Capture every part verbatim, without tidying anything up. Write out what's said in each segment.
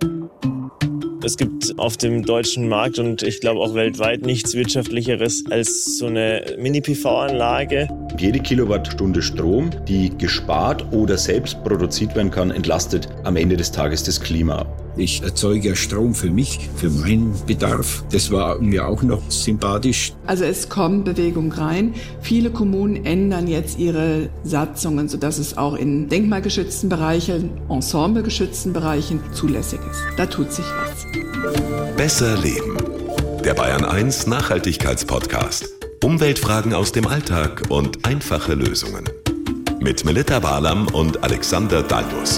Es gibt auf dem deutschen Markt und ich glaube auch weltweit nichts Wirtschaftlicheres als so eine Mini-P V-Anlage. Jede Kilowattstunde Strom, die gespart oder selbst produziert werden kann, entlastet am Ende des Tages das Klima. Ich erzeuge ja Strom für mich, für meinen Bedarf. Das war mir auch noch sympathisch. Also es kommt Bewegung rein. Viele Kommunen ändern jetzt ihre Satzungen, sodass es auch in denkmalgeschützten Bereichen, ensemblegeschützten Bereichen zulässig ist. Da tut sich was. Besser leben. Der Bayern eins Nachhaltigkeitspodcast. Umweltfragen aus dem Alltag und einfache Lösungen. Mit Melitta Walam und Alexander Daldus.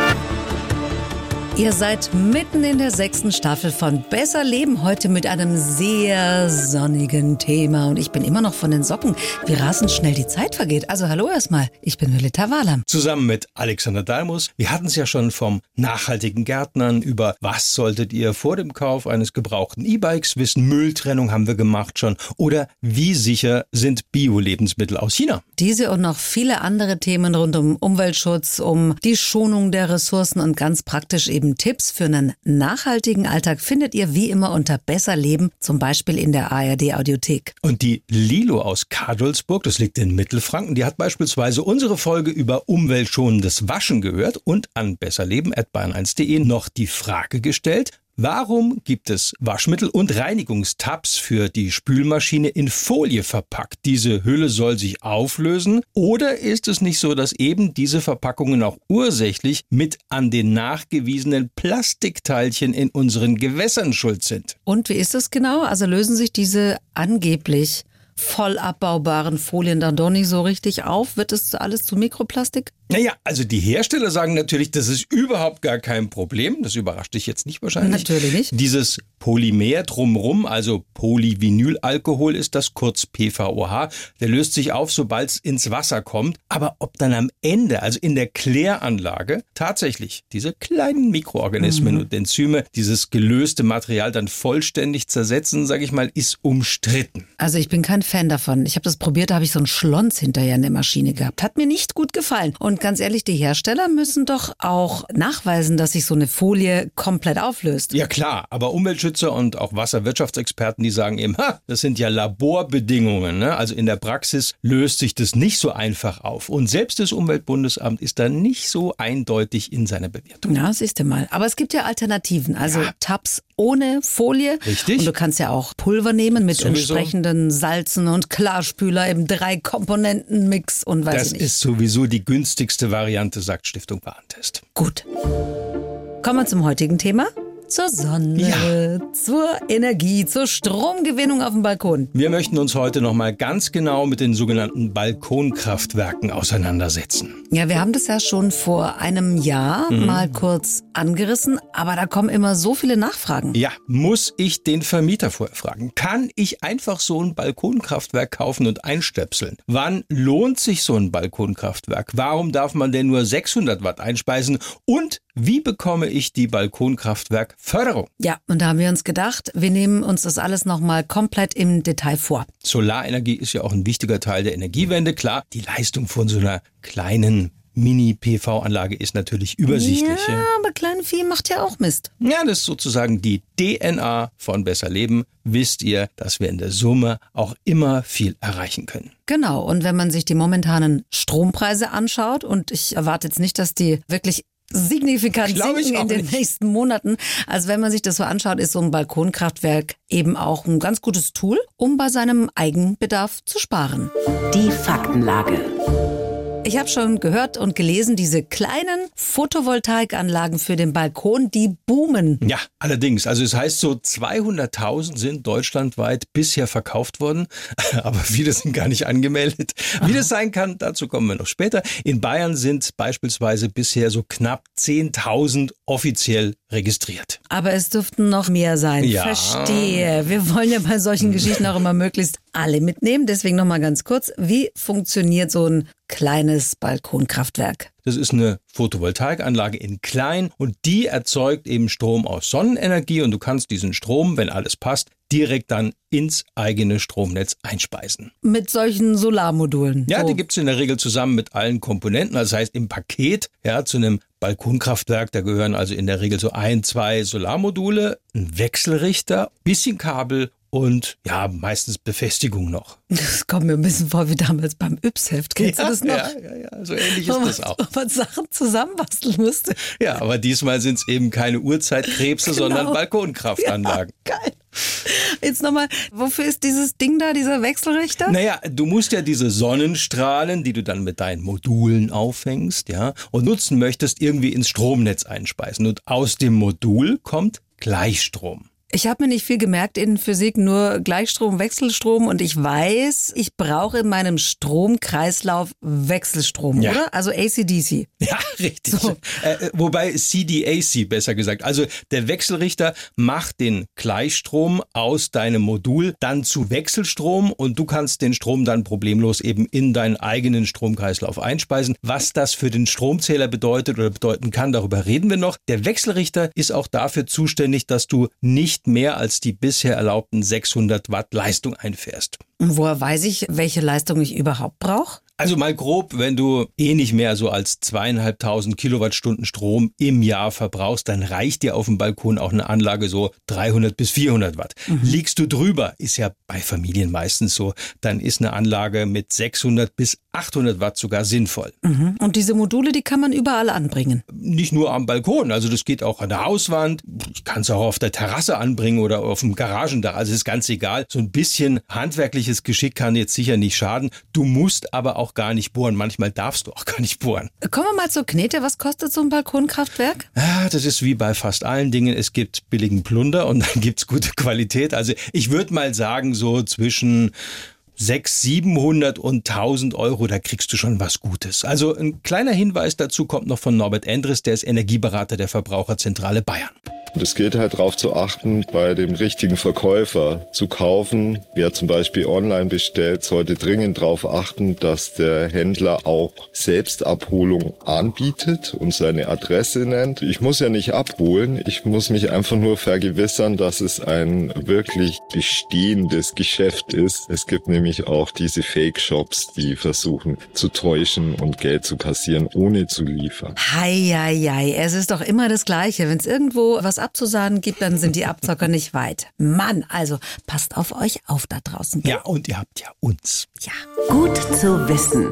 Ihr seid mitten in der sechsten Staffel von Besser Leben, heute mit einem sehr sonnigen Thema. Und ich bin immer noch von den Socken, wie rasend schnell die Zeit vergeht. Also hallo erstmal, ich bin Melitta Walam. Zusammen mit Alexander Dalmus. Wir hatten es ja schon vom nachhaltigen Gärtnern über was solltet ihr vor dem Kauf eines gebrauchten E-Bikes wissen. Mülltrennung haben wir gemacht schon. Oder wie sicher sind Bio-Lebensmittel aus China? Diese und noch viele andere Themen rund um Umweltschutz, um die Schonung der Ressourcen und ganz praktisch eben Tipps für einen nachhaltigen Alltag findet ihr wie immer unter Besser Leben, zum Beispiel in der A R D-Audiothek. Und die Lilo aus Kadolsburg, das liegt in Mittelfranken, die hat beispielsweise unsere Folge über umweltschonendes Waschen gehört und an besserleben at bayern eins punkt de noch die Frage gestellt: Warum gibt es Waschmittel und Reinigungstabs für die Spülmaschine in Folie verpackt? Diese Hülle soll sich auflösen. Oder ist es nicht so, dass eben diese Verpackungen auch ursächlich mit an den nachgewiesenen Plastikteilchen in unseren Gewässern schuld sind? Und wie ist es genau? Also lösen sich diese angeblich voll abbaubaren Folien dann doch nicht so richtig auf? Wird es alles zu Mikroplastik? Naja, also die Hersteller sagen natürlich, das ist überhaupt gar kein Problem. Das überrascht dich jetzt nicht wahrscheinlich. Natürlich nicht. Dieses Polymer drumrum, also Polyvinylalkohol ist das, kurz P V O H, der löst sich auf, sobald es ins Wasser kommt. Aber ob dann am Ende, also in der Kläranlage, tatsächlich diese kleinen Mikroorganismen mhm. und Enzyme, dieses gelöste Material dann vollständig zersetzen, sage ich mal, ist umstritten. Also ich bin kein Fan davon. Ich habe das probiert, da habe ich so einen Schlons hinterher in der Maschine gehabt. Hat mir nicht gut gefallen. Und ganz ehrlich, die Hersteller müssen doch auch nachweisen, dass sich so eine Folie komplett auflöst. Ja klar, aber Umweltschützer und auch Wasserwirtschaftsexperten, die sagen eben, ha, das sind ja Laborbedingungen. Ne? Also in der Praxis löst sich das nicht so einfach auf. Und selbst das Umweltbundesamt ist da nicht so eindeutig in seiner Bewertung. Ja, siehst du mal. Aber es gibt ja Alternativen. Also ja. Tabs ohne Folie. Richtig. Und du kannst ja auch Pulver nehmen mit sowieso. Entsprechenden Salzen und Klarspüler im Drei-Komponenten-Mix und weiß das ich nicht. Das ist sowieso die günstigste Variante, sagt Stiftung Warentest. Gut. Kommen wir zum heutigen Thema. Zur Sonne, ja. zur Energie, zur Stromgewinnung auf dem Balkon. Wir möchten uns heute noch mal ganz genau mit den sogenannten Balkonkraftwerken auseinandersetzen. Ja, wir haben das ja schon vor einem Jahr mhm. mal kurz angerissen, aber da kommen immer so viele Nachfragen. Ja, muss ich den Vermieter vorher fragen? Kann ich einfach so ein Balkonkraftwerk kaufen und einstöpseln? Wann lohnt sich so ein Balkonkraftwerk? Warum darf man denn nur sechshundert Watt einspeisen? Und wie bekomme ich die Balkonkraftwerkförderung? Ja, und da haben wir uns gedacht, wir nehmen uns das alles nochmal komplett im Detail vor. Solarenergie ist ja auch ein wichtiger Teil der Energiewende. Klar, die Leistung von so einer kleinen Mini-P V-Anlage ist natürlich übersichtlich. Ja, aber Kleinvieh macht ja auch Mist. Ja, das ist sozusagen die D N A von Besser Leben. Wisst ihr, dass wir in der Summe auch immer viel erreichen können. Genau, und wenn man sich die momentanen Strompreise anschaut, und ich erwarte jetzt nicht, dass die wirklich signifikant sinken in den nicht. nächsten Monaten. Also wenn man sich das so anschaut, ist so ein Balkonkraftwerk eben auch ein ganz gutes Tool, um bei seinem Eigenbedarf zu sparen. Die Faktenlage. Ich habe schon gehört und gelesen, diese kleinen Photovoltaikanlagen für den Balkon, die boomen. Ja, allerdings. Also es heißt so, zweihunderttausend sind deutschlandweit bisher verkauft worden, aber viele sind gar nicht angemeldet. Wie das sein kann, dazu kommen wir noch später. In Bayern sind beispielsweise bisher so knapp zehntausend offiziell registriert. Aber es dürften noch mehr sein. Ja. Verstehe. Wir wollen ja bei solchen Geschichten auch immer möglichst alle mitnehmen. Deswegen noch mal ganz kurz, wie funktioniert so ein kleines Balkonkraftwerk? Das ist eine Photovoltaikanlage in klein und die erzeugt eben Strom aus Sonnenenergie und du kannst diesen Strom, wenn alles passt, direkt dann ins eigene Stromnetz einspeisen. Mit solchen Solarmodulen? Ja, so. Die gibt's in der Regel zusammen mit allen Komponenten, also das heißt im Paket, ja, zu einem Balkonkraftwerk, da gehören also in der Regel so ein, zwei Solarmodule, ein Wechselrichter, bisschen Kabel und ja, meistens Befestigung noch. Das kommt mir ein bisschen vor wie damals beim Yps-Heft. Kennst ja, du das noch? Ja, ja, ja, so ähnlich ist das auch. Wo man Sachen zusammenbasteln musste. Ja, aber diesmal sind es eben keine Urzeitkrebse, genau. sondern Balkonkraftanlagen. Ja, geil. Jetzt nochmal, wofür ist dieses Ding da, dieser Wechselrichter? Naja, du musst ja diese Sonnenstrahlen, die du dann mit deinen Modulen auffängst, ja, und nutzen möchtest, irgendwie ins Stromnetz einspeisen. Und aus dem Modul kommt Gleichstrom. Ich habe mir nicht viel gemerkt in Physik, nur Gleichstrom, Wechselstrom und ich weiß, ich brauche in meinem Stromkreislauf Wechselstrom, ja. oder? Also A C D C. Ja, richtig. So. Äh, wobei C D A C besser gesagt. Also der Wechselrichter macht den Gleichstrom aus deinem Modul dann zu Wechselstrom und du kannst den Strom dann problemlos eben in deinen eigenen Stromkreislauf einspeisen. Was das für den Stromzähler bedeutet oder bedeuten kann, darüber reden wir noch. Der Wechselrichter ist auch dafür zuständig, dass du nicht mehr als die bisher erlaubten sechshundert Watt Leistung einfährst. Und woher weiß ich, welche Leistung ich überhaupt brauche? Also mal grob, wenn du eh nicht mehr so als zweieinhalbtausend Kilowattstunden Strom im Jahr verbrauchst, dann reicht dir auf dem Balkon auch eine Anlage so dreihundert bis vierhundert Watt. Mhm. Liegst du drüber, ist ja bei Familien meistens so, dann ist eine Anlage mit sechshundert bis achthundert Watt sogar sinnvoll. Mhm. Und diese Module, die kann man überall anbringen? Nicht nur am Balkon, also das geht auch an der Hauswand, ich kann es auch auf der Terrasse anbringen oder auf dem Garagendach, also ist ganz egal. So ein bisschen handwerkliches Geschick kann jetzt sicher nicht schaden. Du musst aber auch gar nicht bohren. Manchmal darfst du auch gar nicht bohren. Kommen wir mal zur Knete. Was kostet so ein Balkonkraftwerk? Ja, das ist wie bei fast allen Dingen. Es gibt billigen Plunder und dann gibt's gute Qualität. Also ich würde mal sagen, so zwischen sechshundert, siebenhundert und tausend Euro, da kriegst du schon was Gutes. Also ein kleiner Hinweis dazu kommt noch von Norbert Endres, der ist Energieberater der Verbraucherzentrale Bayern. Und es gilt halt darauf zu achten, bei dem richtigen Verkäufer zu kaufen. Wer zum Beispiel online bestellt, sollte dringend darauf achten, dass der Händler auch Selbstabholung anbietet und seine Adresse nennt. Ich muss ja nicht abholen, ich muss mich einfach nur vergewissern, dass es ein wirklich bestehendes Geschäft ist. Es gibt nämlich auch diese Fake-Shops, die versuchen zu täuschen und Geld zu kassieren, ohne zu liefern. Hei, hei, hei. Es ist doch immer das Gleiche. Wenn es irgendwo was abzusagen gibt, dann sind die Abzocker nicht weit. Mann, also passt auf euch auf da draußen. Ja, und ihr habt ja uns. Ja. Gut zu wissen.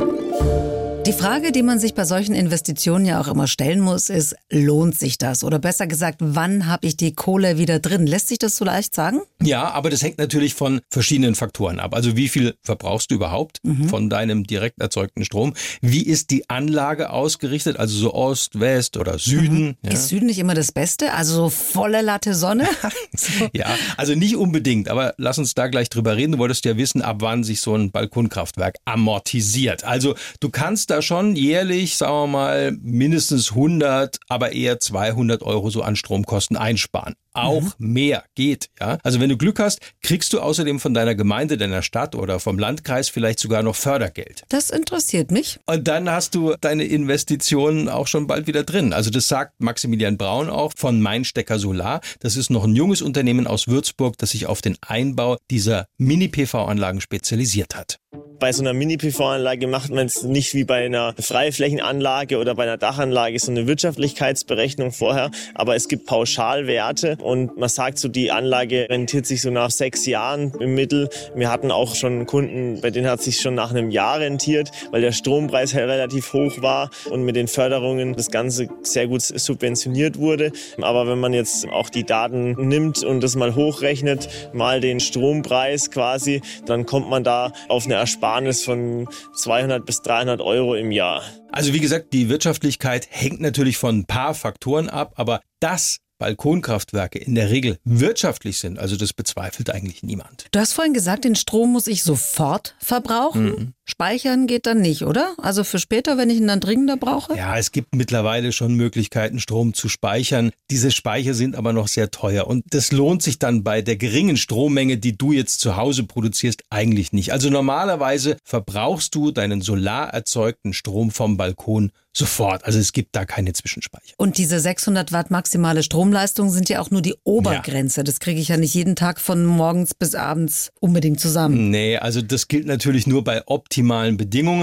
Die Frage, die man sich bei solchen Investitionen ja auch immer stellen muss, ist, lohnt sich das? Oder besser gesagt, wann habe ich die Kohle wieder drin? Lässt sich das so leicht sagen? Ja, aber das hängt natürlich von verschiedenen Faktoren ab. Also wie viel verbrauchst du überhaupt mhm. von deinem direkt erzeugten Strom? Wie ist die Anlage ausgerichtet? Also so Ost, West oder Süden? Mhm. Ja. Ist Süden nicht immer das Beste? Also so volle Latte Sonne? So. Ja, also nicht unbedingt. Aber lass uns da gleich drüber reden. Du wolltest ja wissen, ab wann sich so ein Balkonkraftwerk amortisiert. Also du kannst da schon jährlich, sagen wir mal, mindestens hundert, aber eher zweihundert Euro so an Stromkosten einsparen. Auch mhm. mehr geht, ja. Also wenn du Glück hast, kriegst du außerdem von deiner Gemeinde, deiner Stadt oder vom Landkreis vielleicht sogar noch Fördergeld. Das interessiert mich. Und dann hast du deine Investitionen auch schon bald wieder drin. Also das sagt Maximilian Braun auch von Meinstecker Solar. Das ist noch ein junges Unternehmen aus Würzburg, das sich auf den Einbau dieser Mini-P V-Anlagen spezialisiert hat. Bei so einer Mini-P V-Anlage macht man es nicht wie bei einer Freiflächenanlage oder bei einer Dachanlage so eine Wirtschaftlichkeitsberechnung vorher, aber es gibt Pauschalwerte und man sagt so, die Anlage rentiert sich so nach sechs Jahren im Mittel. Wir hatten auch schon Kunden, bei denen hat es sich schon nach einem Jahr rentiert, weil der Strompreis halt relativ hoch war und mit den Förderungen das Ganze sehr gut subventioniert wurde. Aber wenn man jetzt auch die Daten nimmt und das mal hochrechnet, mal den Strompreis quasi, dann kommt man da auf eine Ersparnis von zweihundert bis dreihundert Euro im Jahr. Also wie gesagt, die Wirtschaftlichkeit hängt natürlich von ein paar Faktoren ab, aber das Balkonkraftwerke in der Regel wirtschaftlich sind, also das bezweifelt eigentlich niemand. Du hast vorhin gesagt, den Strom muss ich sofort verbrauchen. Mhm. Speichern geht dann nicht, oder? Also für später, wenn ich ihn dann dringender brauche? Ja, es gibt mittlerweile schon Möglichkeiten, Strom zu speichern. Diese Speicher sind aber noch sehr teuer und das lohnt sich dann bei der geringen Strommenge, die du jetzt zu Hause produzierst, eigentlich nicht. Also normalerweise verbrauchst du deinen solarerzeugten Strom vom Balkon sofort. Also es gibt da keine Zwischenspeicher. Und diese sechshundert Watt maximale Stromleistung sind ja auch nur die Obergrenze. Ja. Das kriege ich ja nicht jeden Tag von morgens bis abends unbedingt zusammen. Nee, also das gilt natürlich nur bei optimalen Bedingungen.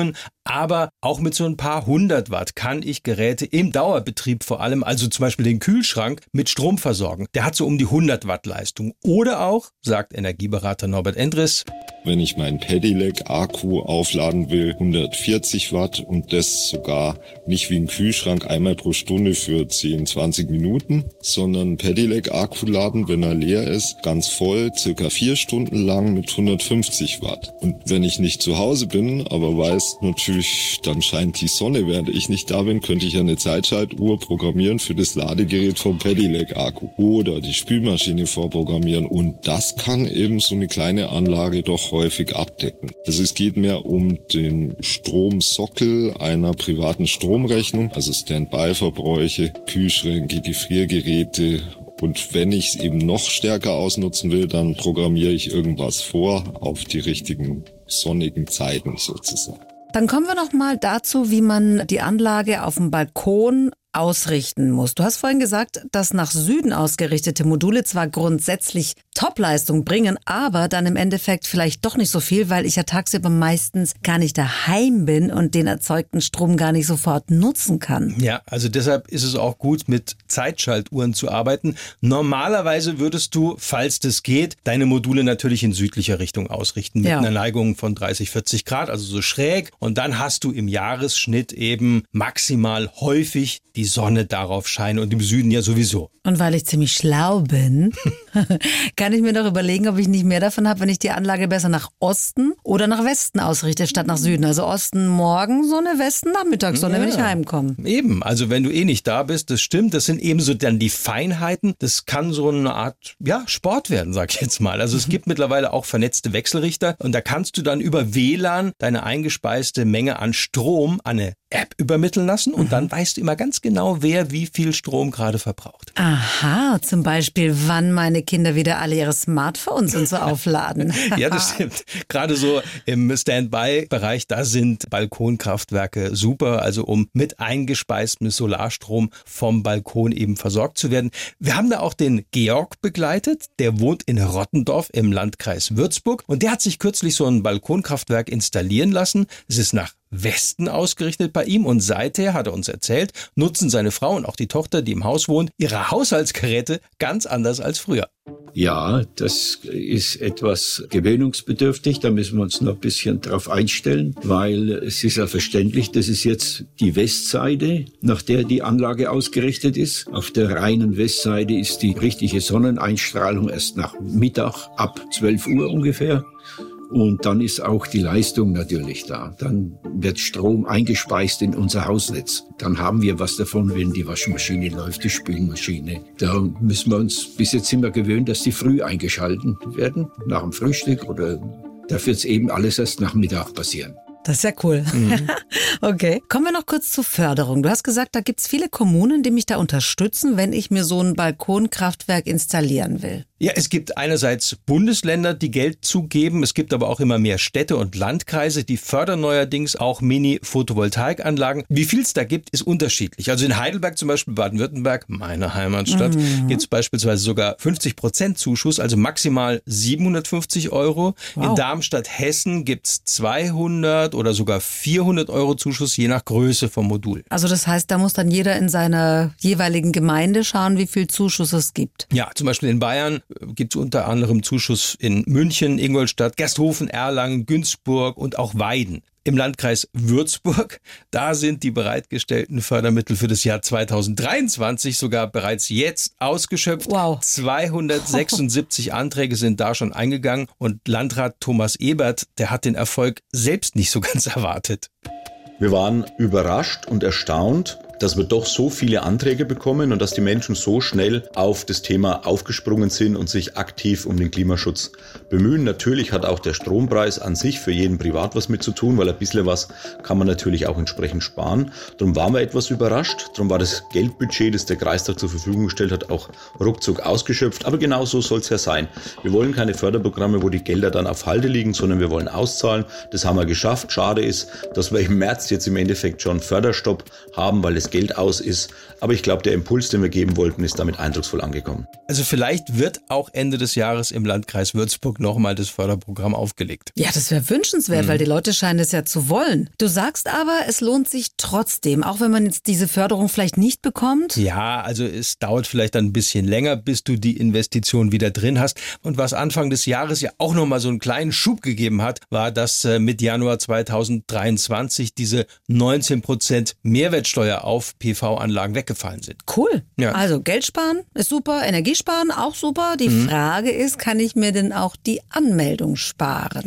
Aber auch mit so ein paar hundert Watt kann ich Geräte im Dauerbetrieb vor allem, also zum Beispiel den Kühlschrank, mit Strom versorgen. Der hat so um die hundert Watt Leistung. Oder auch, sagt Energieberater Norbert Endres, wenn ich meinen Pedelec-Akku aufladen will, hundertvierzig Watt und das sogar nicht wie ein Kühlschrank einmal pro Stunde für zehn, zwanzig Minuten, sondern Pedelec-Akku laden, wenn er leer ist, ganz voll, circa vier Stunden lang mit hundertfünfzig Watt. Und wenn ich nicht zu Hause bin, aber weiß natürlich, dann scheint die Sonne, während ich nicht da bin, könnte ich eine Zeitschaltuhr programmieren für das Ladegerät vom Pedelec-Akku oder die Spülmaschine vorprogrammieren. Und das kann eben so eine kleine Anlage doch häufig abdecken. Also es geht mehr um den Stromsockel einer privaten Stromrechnung, also Standby-Verbräuche, Kühlschränke, Gefriergeräte. Und wenn ich es eben noch stärker ausnutzen will, dann programmiere ich irgendwas vor auf die richtigen sonnigen Zeiten sozusagen. Dann kommen wir noch mal dazu, wie man die Anlage auf dem Balkon ausrichten muss. Du hast vorhin gesagt, dass nach Süden ausgerichtete Module zwar grundsätzlich Topleistung bringen, aber dann im Endeffekt vielleicht doch nicht so viel, weil ich ja tagsüber meistens gar nicht daheim bin und den erzeugten Strom gar nicht sofort nutzen kann. Ja, also deshalb ist es auch gut, mit Zeitschaltuhren zu arbeiten. Normalerweise würdest du, falls das geht, deine Module natürlich in südlicher Richtung ausrichten, mit ja. einer Neigung von dreißig, vierzig Grad, also so schräg. Und dann hast du im Jahresschnitt eben maximal häufig die Sonne darauf scheinen und im Süden ja sowieso. Und weil ich ziemlich schlau bin, kann ich mir doch überlegen, ob ich nicht mehr davon habe, wenn ich die Anlage besser nach Osten oder nach Westen ausrichte, statt nach Süden. Also Osten morgen Sonne, Westen Nachmittagssonne, ja. wenn ich heimkomme. Eben, also wenn du eh nicht da bist, das stimmt, das sind eben so dann die Feinheiten. Das kann so eine Art ja, Sport werden, sag ich jetzt mal. Also es gibt mittlerweile auch vernetzte Wechselrichter und da kannst du dann über W L A N deine eingespeiste Menge an Strom an eine App übermitteln lassen und mhm. dann weißt du immer ganz genau, wer wie viel Strom gerade verbraucht. Aha, zum Beispiel, wann meine Kinder wieder alle ihre Smartphones und so aufladen. Ja, das stimmt. Gerade so im Standby-Bereich, da sind Balkonkraftwerke super, also um mit eingespeistem Solarstrom vom Balkon eben versorgt zu werden. Wir haben da auch den Georg begleitet, der wohnt in Rottendorf im Landkreis Würzburg und der hat sich kürzlich so ein Balkonkraftwerk installieren lassen. Es ist nach Westen ausgerichtet bei ihm und seither, hat er uns erzählt, nutzen seine Frau und auch die Tochter, die im Haus wohnt, ihre Haushaltsgeräte ganz anders als früher. Ja, das ist etwas gewöhnungsbedürftig, da müssen wir uns noch ein bisschen drauf einstellen, weil es ist ja verständlich, das ist jetzt die Westseite, nach der die Anlage ausgerichtet ist. Auf der reinen Westseite ist die richtige Sonneneinstrahlung erst nach Mittag ab zwölf Uhr ungefähr. Und dann ist auch die Leistung natürlich da. Dann wird Strom eingespeist in unser Hausnetz. Dann haben wir was davon, wenn die Waschmaschine läuft, die Spülmaschine. Da müssen wir uns bis jetzt immer gewöhnen, dass die früh eingeschalten werden, nach dem Frühstück oder da wird es eben alles erst nach Mittag passieren. Das ist ja cool. Mhm. Okay. Kommen wir noch kurz zur Förderung. Du hast gesagt, da gibt es viele Kommunen, die mich da unterstützen, wenn ich mir so ein Balkonkraftwerk installieren will. Ja, es gibt einerseits Bundesländer, die Geld zugeben. Es gibt aber auch immer mehr Städte und Landkreise, die fördern neuerdings auch Mini-Photovoltaikanlagen. Wie viel es da gibt, ist unterschiedlich. Also in Heidelberg zum Beispiel, Baden-Württemberg, meine Heimatstadt, mhm. gibt es beispielsweise sogar fünfzig Prozent Zuschuss, also maximal siebenhundertfünfzig Euro. Wow. In Darmstadt, Hessen gibt es zweihundert oder sogar vierhundert Euro Zuschuss, je nach Größe vom Modul. Also das heißt, da muss dann jeder in seiner jeweiligen Gemeinde schauen, wie viel Zuschuss es gibt. Ja, zum Beispiel in Bayern gibt es unter anderem Zuschuss in München, Ingolstadt, Gersthofen, Erlangen, Günzburg und auch Weiden. Im Landkreis Würzburg, da sind die bereitgestellten Fördermittel für das Jahr zweitausenddreiundzwanzig sogar bereits jetzt ausgeschöpft. Wow. zweihundertsechsundsiebzig Anträge sind da schon eingegangen und Landrat Thomas Ebert, der hat den Erfolg selbst nicht so ganz erwartet. Wir waren überrascht und erstaunt, dass wir doch so viele Anträge bekommen und dass die Menschen so schnell auf das Thema aufgesprungen sind und sich aktiv um den Klimaschutz bemühen. Natürlich hat auch der Strompreis an sich für jeden privat was mit zu tun, weil ein bisschen was kann man natürlich auch entsprechend sparen. Darum waren wir etwas überrascht. Darum war das Geldbudget, das der Kreistag zur Verfügung gestellt hat, auch ruckzuck ausgeschöpft. Aber genau so soll es ja sein. Wir wollen keine Förderprogramme, wo die Gelder dann auf Halde liegen, sondern wir wollen auszahlen. Das haben wir geschafft. Schade ist, dass wir im März jetzt im Endeffekt schon Förderstopp haben, weil das Geld aus ist. Aber ich glaube, der Impuls, den wir geben wollten, ist damit eindrucksvoll angekommen. Also vielleicht wird auch Ende des Jahres im Landkreis Würzburg nochmal das Förderprogramm aufgelegt. Ja, das wäre wünschenswert, mhm. weil die Leute scheinen es ja zu wollen. Du sagst aber, es lohnt sich trotzdem, auch wenn man jetzt diese Förderung vielleicht nicht bekommt? Ja, also es dauert vielleicht dann ein bisschen länger, bis du die Investition wieder drin hast. Und was Anfang des Jahres ja auch nochmal so einen kleinen Schub gegeben hat, war, dass mit Januar zweitausenddreiundzwanzig diese neunzehn Prozent Mehrwertsteuer auf P V-Anlagen weggefallen sind. Cool. Ja. Also Geld sparen ist super, Energiesparen auch super. Die mhm. Frage ist, kann ich mir denn auch die Anmeldung sparen?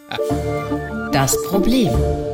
Das Problem.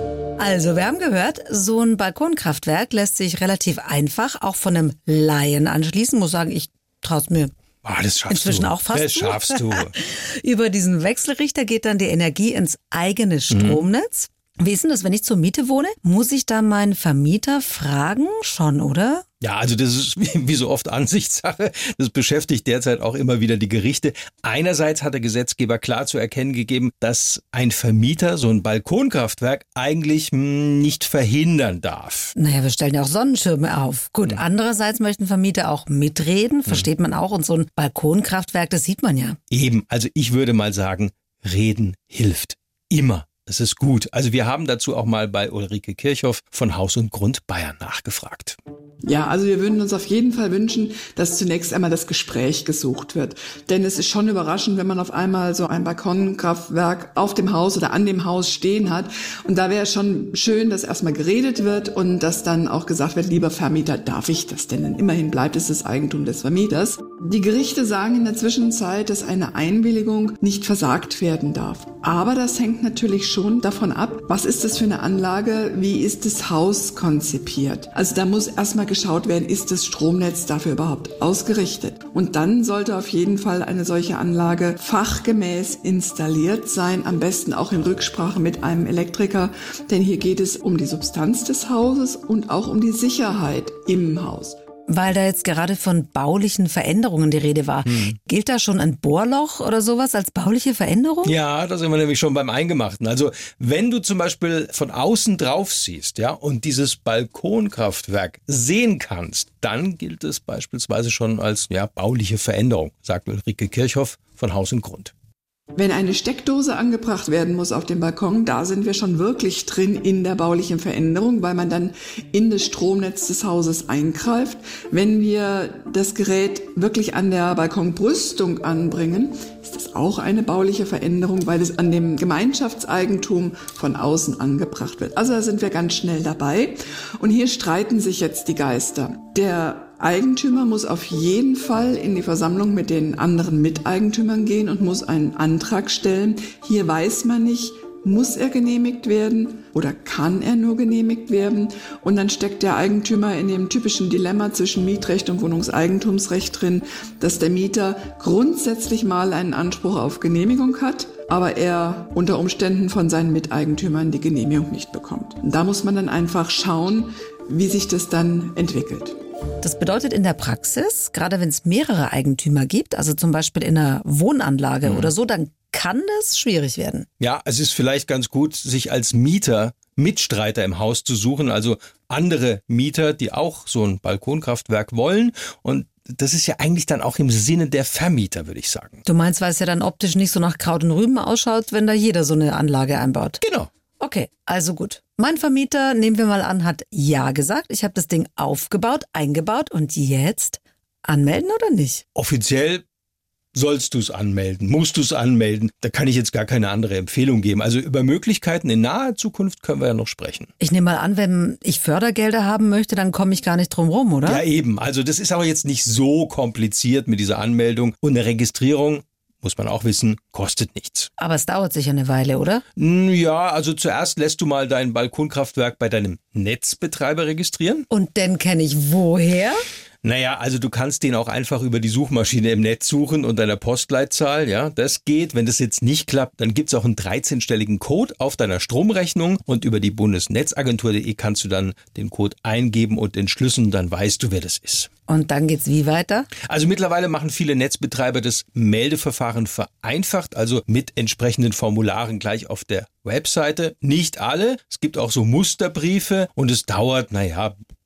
Also, wir haben gehört, so ein Balkonkraftwerk lässt sich relativ einfach auch von einem Laien anschließen. Muss sagen, ich traue mir Ah, das schaffst inzwischen du. auch fast. Das schaffst du. Über diesen Wechselrichter geht dann die Energie ins eigene Stromnetz. Mhm. Wie ist denn das, wenn ich zur Miete wohne? Muss ich da meinen Vermieter fragen? Schon, oder? Ja, also das ist wie, wie so oft Ansichtssache. Das beschäftigt derzeit auch immer wieder die Gerichte. Einerseits hat der Gesetzgeber klar zu erkennen gegeben, dass ein Vermieter so ein Balkonkraftwerk eigentlich mh, nicht verhindern darf. Naja, wir stellen ja auch Sonnenschirme auf. Gut, mhm. andererseits möchten Vermieter auch mitreden, versteht man auch. Und so ein Balkonkraftwerk, das sieht man ja. Eben, also ich würde mal sagen, reden hilft. Immer. Das ist gut. Also wir haben dazu auch mal bei Ulrike Kirchhoff von Haus und Grund Bayern nachgefragt. Ja, also wir würden uns auf jeden Fall wünschen, dass zunächst einmal das Gespräch gesucht wird. Denn es ist schon überraschend, wenn man auf einmal so ein Balkonkraftwerk auf dem Haus oder an dem Haus stehen hat. Und da wäre es schon schön, dass erstmal geredet wird und dass dann auch gesagt wird, lieber Vermieter, darf ich das denn? Denn immerhin bleibt es das Eigentum des Vermieters. Die Gerichte sagen in der Zwischenzeit, dass eine Einwilligung nicht versagt werden darf. Aber das hängt natürlich schon davon ab, was ist das für eine Anlage, wie ist das Haus konzipiert. Also da muss erstmal geschaut werden, ist das Stromnetz dafür überhaupt ausgerichtet. Und dann sollte auf jeden Fall eine solche Anlage fachgemäß installiert sein, am besten auch in Rücksprache mit einem Elektriker, denn hier geht es um die Substanz des Hauses und auch um die Sicherheit im Haus. Weil da jetzt gerade von baulichen Veränderungen die Rede war. Hm. Gilt da schon ein Bohrloch oder sowas als bauliche Veränderung? Ja, da sind wir nämlich schon beim Eingemachten. Also wenn du zum Beispiel von außen drauf siehst, ja, und dieses Balkonkraftwerk sehen kannst, dann gilt es beispielsweise schon als ja, bauliche Veränderung, sagt Ulrike Kirchhoff von Haus und Grund. Wenn eine Steckdose angebracht werden muss auf dem Balkon, da sind wir schon wirklich drin in der baulichen Veränderung, weil man dann in das Stromnetz des Hauses eingreift. Wenn wir das Gerät wirklich an der Balkonbrüstung anbringen, ist das auch eine bauliche Veränderung, weil es an dem Gemeinschaftseigentum von außen angebracht wird. Also da sind wir ganz schnell dabei. Und hier streiten sich jetzt die Geister. Der Eigentümer muss auf jeden Fall in die Versammlung mit den anderen Miteigentümern gehen und muss einen Antrag stellen. Hier weiß man nicht, muss er genehmigt werden oder kann er nur genehmigt werden? Und dann steckt der Eigentümer in dem typischen Dilemma zwischen Mietrecht und Wohnungseigentumsrecht drin, dass der Mieter grundsätzlich mal einen Anspruch auf Genehmigung hat, aber er unter Umständen von seinen Miteigentümern die Genehmigung nicht bekommt. Und da muss man dann einfach schauen, wie sich das dann entwickelt. Das bedeutet in der Praxis, gerade wenn es mehrere Eigentümer gibt, also zum Beispiel in einer Wohnanlage mhm. oder so, dann kann das schwierig werden. Ja, es ist vielleicht ganz gut, sich als Mieter Mitstreiter im Haus zu suchen, also andere Mieter, die auch so ein Balkonkraftwerk wollen. Und das ist ja eigentlich dann auch im Sinne der Vermieter, würde ich sagen. Du meinst, weil es ja dann optisch nicht so nach Kraut und Rüben ausschaut, wenn da jeder so eine Anlage einbaut? Genau. Okay, also gut. Mein Vermieter, nehmen wir mal an, hat Ja gesagt. Ich habe das Ding aufgebaut, eingebaut und jetzt anmelden oder nicht? Offiziell sollst du es anmelden, musst du es anmelden. Da kann ich jetzt gar keine andere Empfehlung geben. Also über Möglichkeiten in naher Zukunft können wir ja noch sprechen. Ich nehme mal an, wenn ich Fördergelder haben möchte, dann komme ich gar nicht drum rum, oder? Ja eben, also das ist aber jetzt nicht so kompliziert mit dieser Anmeldung und eine Registrierung. Muss man auch wissen, kostet nichts. Aber es dauert sicher eine Weile, oder? Ja, also zuerst lässt du mal dein Balkonkraftwerk bei deinem Netzbetreiber registrieren. Und den kenne ich woher? Naja, also du kannst den auch einfach über die Suchmaschine im Netz suchen und deiner Postleitzahl, ja, das geht. Wenn das jetzt nicht klappt, dann gibt's auch einen dreizehnstelligen Code auf deiner Stromrechnung und über die bundesnetzagentur punkt de kannst du dann den Code eingeben und entschlüsseln, dann weißt du, wer das ist. Und dann geht's wie weiter? Also mittlerweile machen viele Netzbetreiber das Meldeverfahren vereinfacht, also mit entsprechenden Formularen gleich auf der Webseite. Nicht alle, es gibt auch so Musterbriefe und es dauert, naja,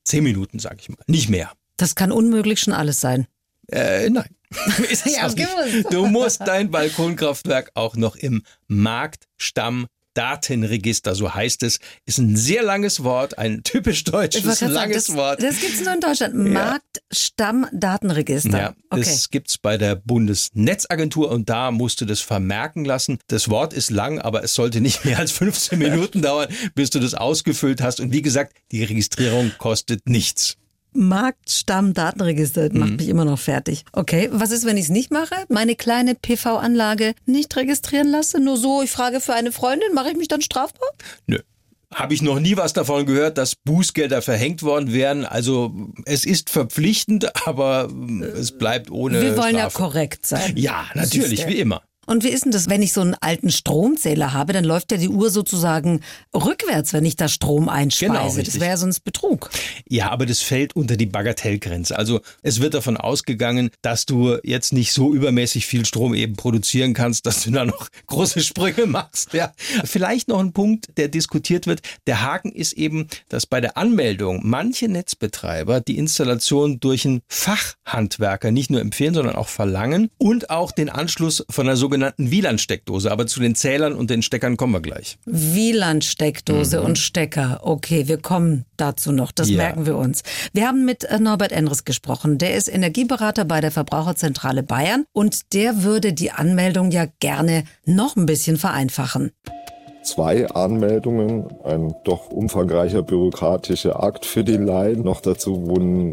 Zehn Minuten, sag ich mal. Nicht mehr. Das kann unmöglich schon alles sein. Äh, nein. Ist es auch nicht. Du musst dein Balkonkraftwerk auch noch im Marktstammdatenregister, so heißt es, ist ein sehr langes Wort, ein typisch deutsches langes sagen, das, Wort. Das gibt's nur in Deutschland. Ja. Marktstammdatenregister. Ja, okay. Das gibt's bei der Bundesnetzagentur und da musst du das vermerken lassen. Das Wort ist lang, aber es sollte nicht mehr als fünfzehn Minuten dauern, bis du das ausgefüllt hast. Und wie gesagt, die Registrierung kostet nichts. Marktstammdatenregister macht mhm. mich immer noch fertig. Okay, was ist, wenn ich es nicht mache? Meine kleine P V-Anlage nicht registrieren lasse? Nur so, ich frage für eine Freundin, mache ich mich dann strafbar? Nö. Habe ich noch nie was davon gehört, dass Bußgelder verhängt worden wären. Also es ist verpflichtend, aber es bleibt ohne Wir wollen Strafe. Ja korrekt sein. Ja, natürlich, wie immer. Und wie ist denn das, wenn ich so einen alten Stromzähler habe, dann läuft ja die Uhr sozusagen rückwärts, wenn ich da Strom einspeise. Genau, richtig. Das wäre ja sonst Betrug. Ja, aber das fällt unter die Bagatellgrenze. Also es wird davon ausgegangen, dass du jetzt nicht so übermäßig viel Strom eben produzieren kannst, dass du da noch große Sprünge machst. Ja. Vielleicht noch ein Punkt, der diskutiert wird. Der Haken ist eben, dass bei der Anmeldung manche Netzbetreiber die Installation durch einen Fachhandwerker nicht nur empfehlen, sondern auch verlangen und auch den Anschluss von einer sogenannten W L A N-Steckdose. Aber zu den Zählern und den Steckern kommen wir gleich. W L A N-Steckdose mhm. und Stecker. Okay, wir kommen dazu noch. Das ja. merken wir uns. Wir haben mit Norbert Endres gesprochen. Der ist Energieberater bei der Verbraucherzentrale Bayern und der würde die Anmeldung ja gerne noch ein bisschen vereinfachen. Zwei Anmeldungen, ein doch umfangreicher bürokratischer Akt für die Laien. Noch dazu wurden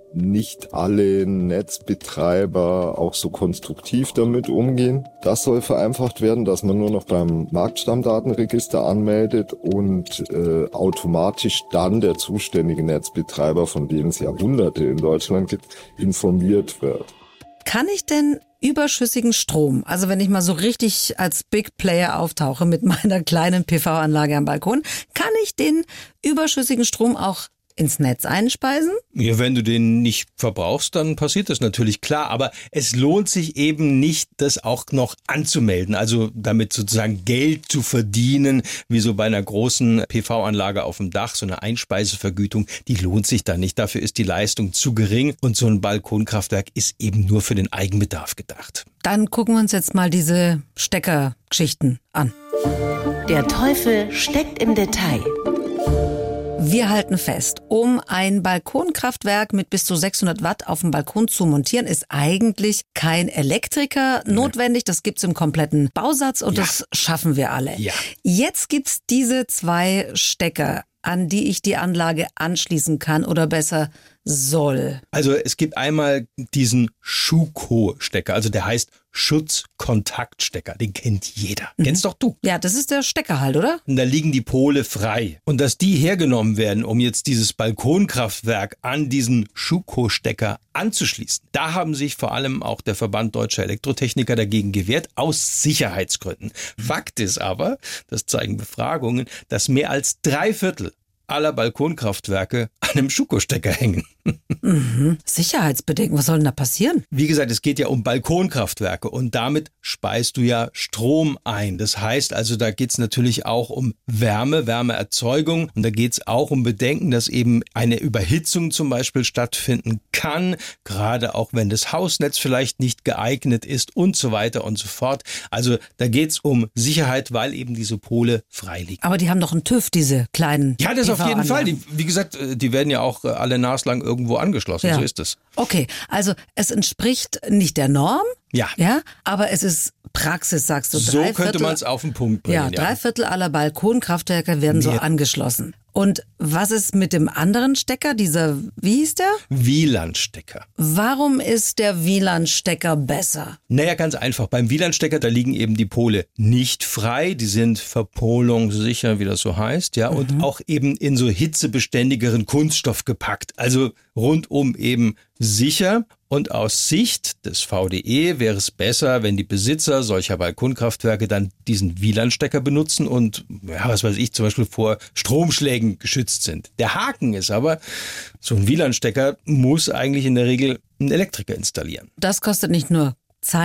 nicht alle Netzbetreiber auch so konstruktiv damit umgehen. Das soll vereinfacht werden, dass man nur noch beim Marktstammdatenregister anmeldet und äh, automatisch dann der zuständige Netzbetreiber, von denen es ja Hunderte in Deutschland gibt, informiert wird. Kann ich denn überschüssigen Strom, also wenn ich mal so richtig als Big Player auftauche mit meiner kleinen P V-Anlage am Balkon, kann ich den überschüssigen Strom auch ins Netz einspeisen? Ja, wenn du den nicht verbrauchst, dann passiert das natürlich, klar. Aber es lohnt sich eben nicht, das auch noch anzumelden. Also damit sozusagen Geld zu verdienen, wie so bei einer großen P V-Anlage auf dem Dach, so eine Einspeisevergütung, die lohnt sich da nicht. Dafür ist die Leistung zu gering und so ein Balkonkraftwerk ist eben nur für den Eigenbedarf gedacht. Dann gucken wir uns jetzt mal diese Steckergeschichten an. Der Teufel steckt im Detail. Wir halten fest, um ein Balkonkraftwerk mit bis zu sechshundert Watt auf dem Balkon zu montieren, ist eigentlich kein Elektriker notwendig. Das gibt's im kompletten Bausatz und ja. das schaffen wir alle. Ja. Jetzt gibt's diese zwei Stecker, an die ich die Anlage anschließen kann oder besser soll. Also es gibt einmal diesen Schuko-Stecker, also der heißt Schutzkontaktstecker, den kennt jeder. Mhm. Kennst doch du. Ja, das ist der Stecker halt, oder? Und da liegen die Pole frei. Und dass die hergenommen werden, um jetzt dieses Balkonkraftwerk an diesen Schuko-Stecker anzuschließen, da haben sich vor allem auch der Verband Deutscher Elektrotechniker dagegen gewehrt, aus Sicherheitsgründen. Fakt ist aber, das zeigen Befragungen, dass mehr als drei Viertel aller Balkonkraftwerke an einem Schuko-Stecker hängen. Mhm. Sicherheitsbedenken, was soll denn da passieren? Wie gesagt, es geht ja um Balkonkraftwerke und damit speist du ja Strom ein. Das heißt also, da geht es natürlich auch um Wärme, Wärmeerzeugung und da geht es auch um Bedenken, dass eben eine Überhitzung zum Beispiel stattfinden kann, gerade auch wenn das Hausnetz vielleicht nicht geeignet ist und so weiter und so fort. Also da geht es um Sicherheit, weil eben diese Pole frei liegen. Aber die haben doch einen TÜV, diese kleinen Ja, das auf jeden Fall. Die, wie gesagt, die werden ja auch alle naslang irgendwo angeschlossen. Ja. So ist es. Okay, also es entspricht nicht der Norm. Ja. Ja, aber es ist Praxis, sagst du. So drei könnte man es auf den Punkt bringen. Ja, ja, drei Viertel aller Balkonkraftwerke werden so ja. angeschlossen. Und was ist mit dem anderen Stecker, dieser, wie hieß der? W L A N-Stecker. Warum ist der W L A N-Stecker besser? Naja, ganz einfach. Beim W L A N-Stecker, da liegen eben die Pole nicht frei. Die sind verpolungssicher, wie das so heißt, ja, mhm. und auch eben in so hitzebeständigeren Kunststoff gepackt. Also rundum eben sicher. Und aus Sicht des V D E wäre es besser, wenn die Besitzer solcher Balkonkraftwerke dann diesen W L A N-Stecker benutzen und, ja, was weiß ich, zum Beispiel vor Stromschlägen geschützt sind. Der Haken ist aber, so ein W L A N-Stecker muss eigentlich in der Regel ein Elektriker installieren. Das kostet nicht nur Zeit,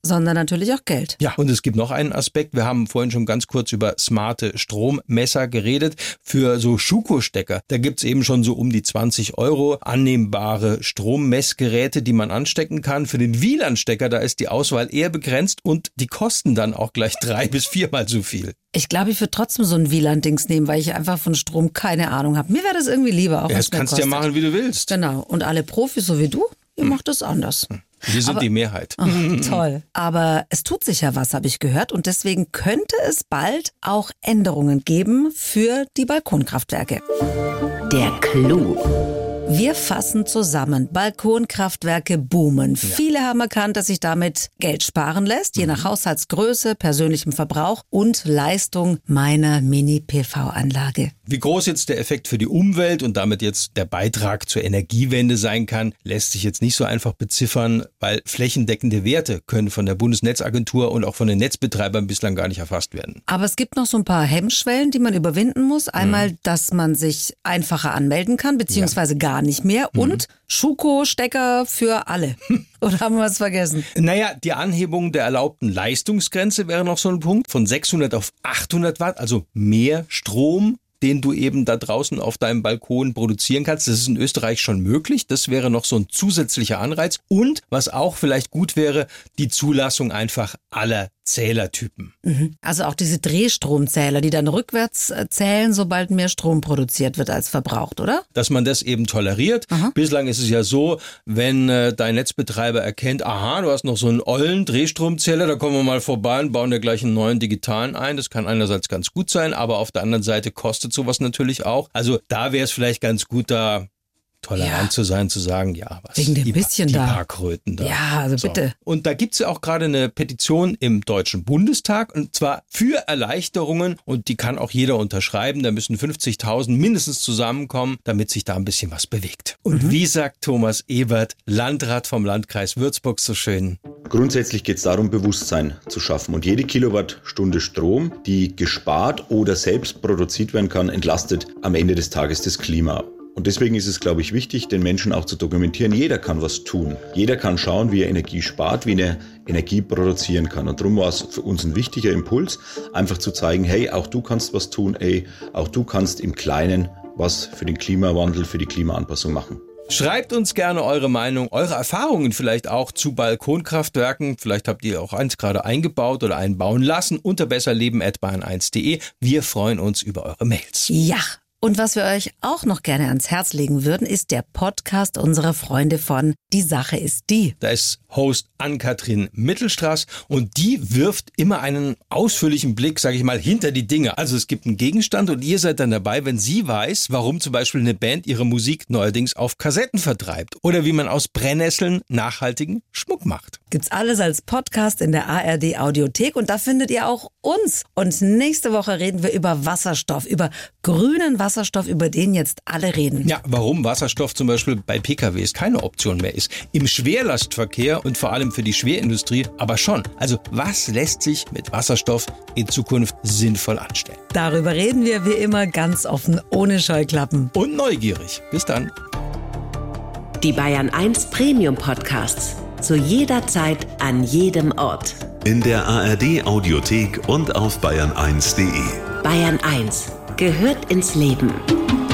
sondern natürlich auch Geld. Ja, und es gibt noch einen Aspekt. Wir haben vorhin schon ganz kurz über smarte Strommesser geredet. Für so Schuko-Stecker, da gibt's eben schon so um die zwanzig Euro annehmbare Strommessgeräte, die man anstecken kann. Für den W L A N-Stecker, da ist die Auswahl eher begrenzt und die kosten dann auch gleich drei bis viermal so viel. Ich glaube, ich würde trotzdem so ein W L A N-Dings nehmen, weil ich einfach von Strom keine Ahnung habe. Mir wäre das irgendwie lieber. Auch ja, das kannst du ja machen, wie du willst. Genau. Und alle Profis, so wie du, ihr hm. macht das anders. Hm. Wir sind Aber, die Mehrheit. Ach, toll. Aber es tut sich ja was, habe ich gehört. Und deswegen könnte es bald auch Änderungen geben für die Balkonkraftwerke. Der Clou. Wir fassen zusammen. Balkonkraftwerke boomen. Ja. Viele haben erkannt, dass sich damit Geld sparen lässt, je nach Haushaltsgröße, persönlichem Verbrauch und Leistung meiner Mini-P V-Anlage. Wie groß jetzt der Effekt für die Umwelt und damit jetzt der Beitrag zur Energiewende sein kann, lässt sich jetzt nicht so einfach beziffern, weil flächendeckende Werte können von der Bundesnetzagentur und auch von den Netzbetreibern bislang gar nicht erfasst werden. Aber es gibt noch so ein paar Hemmschwellen, die man überwinden muss. Einmal, mhm. dass man sich einfacher anmelden kann, beziehungsweise ja. gar nicht mehr. Mhm. Und Schuko-Stecker für alle. Oder haben wir was vergessen? Naja, die Anhebung der erlaubten Leistungsgrenze wäre noch so ein Punkt. Von sechshundert auf achthundert Watt, also mehr Strom, den du eben da draußen auf deinem Balkon produzieren kannst. Das ist in Österreich schon möglich. Das wäre noch so ein zusätzlicher Anreiz. Und was auch vielleicht gut wäre, die Zulassung einfach aller Zählertypen. Mhm. Also auch diese Drehstromzähler, die dann rückwärts zählen, sobald mehr Strom produziert wird als verbraucht, oder? Dass man das eben toleriert. Aha. Bislang ist es ja so, wenn äh, dein Netzbetreiber erkennt, aha, du hast noch so einen ollen Drehstromzähler, da kommen wir mal vorbei und bauen dir gleich einen neuen digitalen ein. Das kann einerseits ganz gut sein, aber auf der anderen Seite kostet sowas natürlich auch. Also da wäre es vielleicht ganz gut, da tolerant ja. zu sein, zu sagen, ja, was? Wegen dem die, bisschen die da. Parkröten da. Ja, also so. bitte. Und da gibt's ja auch gerade eine Petition im Deutschen Bundestag und zwar für Erleichterungen und die kann auch jeder unterschreiben. Da müssen fünfzigtausend mindestens zusammenkommen, damit sich da ein bisschen was bewegt. Und mhm. wie sagt Thomas Ebert, Landrat vom Landkreis Würzburg so schön? Grundsätzlich geht es darum, Bewusstsein zu schaffen. Und jede Kilowattstunde Strom, die gespart oder selbst produziert werden kann, entlastet am Ende des Tages das Klima. Und deswegen ist es, glaube ich, wichtig, den Menschen auch zu dokumentieren. Jeder kann was tun. Jeder kann schauen, wie er Energie spart, wie er Energie produzieren kann. Und darum war es für uns ein wichtiger Impuls, einfach zu zeigen, hey, auch du kannst was tun, ey, auch du kannst im Kleinen was für den Klimawandel, für die Klimaanpassung machen. Schreibt uns gerne eure Meinung, eure Erfahrungen vielleicht auch zu Balkonkraftwerken. Vielleicht habt ihr auch eins gerade eingebaut oder einbauen lassen unter besserleben at bayern eins punkt de. Wir freuen uns über eure Mails. Ja. Und was wir euch auch noch gerne ans Herz legen würden, ist der Podcast unserer Freunde von Die Sache ist die. Da ist Host Ann-Kathrin Mittelstraß und die wirft immer einen ausführlichen Blick, sage ich mal, hinter die Dinge. Also es gibt einen Gegenstand und ihr seid dann dabei, wenn sie weiß, warum zum Beispiel eine Band ihre Musik neuerdings auf Kassetten vertreibt oder wie man aus Brennnesseln nachhaltigen Schmuck macht. Gibt's alles als Podcast in der A R D Audiothek und da findet ihr auch uns. Und nächste Woche reden wir über Wasserstoff, über grünen Wasserstoff, über den jetzt alle reden. Ja, warum Wasserstoff zum Beispiel bei P K Ws keine Option mehr ist. Im Schwerlastverkehr und vor allem für die Schwerindustrie aber schon. Also was lässt sich mit Wasserstoff in Zukunft sinnvoll anstellen? Darüber reden wir wie immer ganz offen, ohne Scheuklappen. Und neugierig. Bis dann. Die Bayern eins Premium Podcasts. Zu jeder Zeit, an jedem Ort. In der A R D Audiothek und auf bayern eins punkt de. Bayern eins gehört ins Leben.